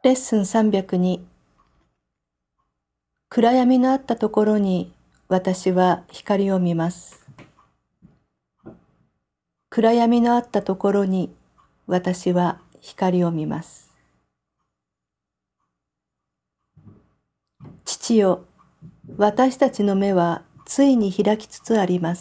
レッスン302。暗闇のあったところに私は光を見ます。暗闇のあったところに私は光を見ます。父よ、私たちの目はついに開きつつあります。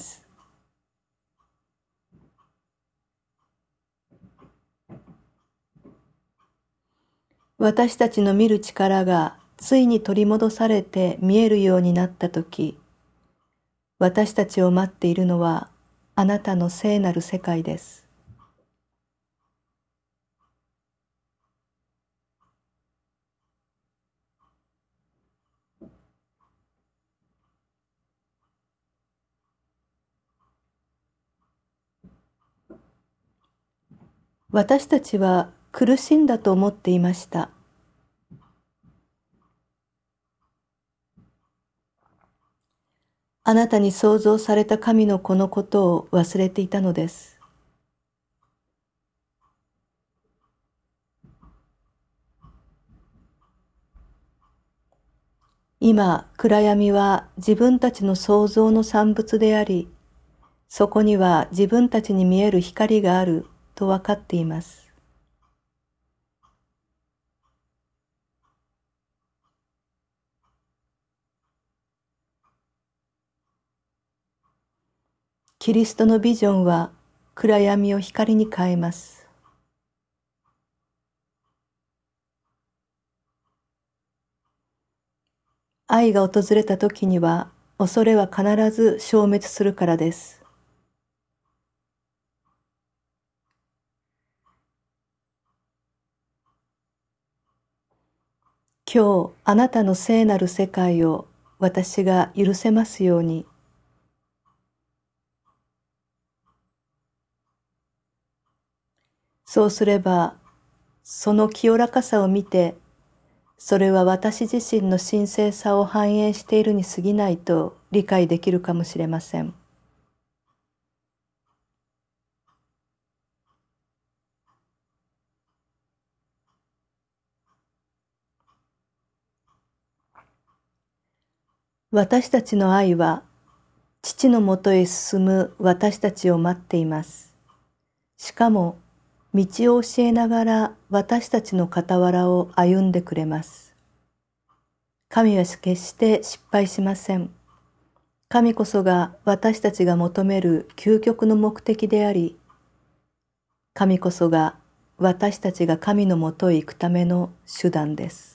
私たちの見る力がついに取り戻されて見えるようになったとき、私たちを待っているのはあなたの聖なる世界です。私たちは苦しんだと思っていました。あなたに創造された神の子のことを忘れていたのです。今、暗闇は自分たちの創造の産物であり、そこには自分たちに見える光があると分かっています。キリストのビジョンは暗闇を光に変えます。愛が訪れた時には恐れは必ず消滅するからです。今日あなたの聖なる世界を私が許せますように。そうすれば、その清らかさを見て、それは私自身の神聖さを反映しているに過ぎないと理解できるかもしれません。私たちの愛は、父のもとへ進む私たちを待っています。しかも、道を教えながら私たちの傍らを歩んでくれます。神は決して失敗しません。神こそが私たちが求める究極の目的であり、神こそが私たちが神のもとへ行くための手段です。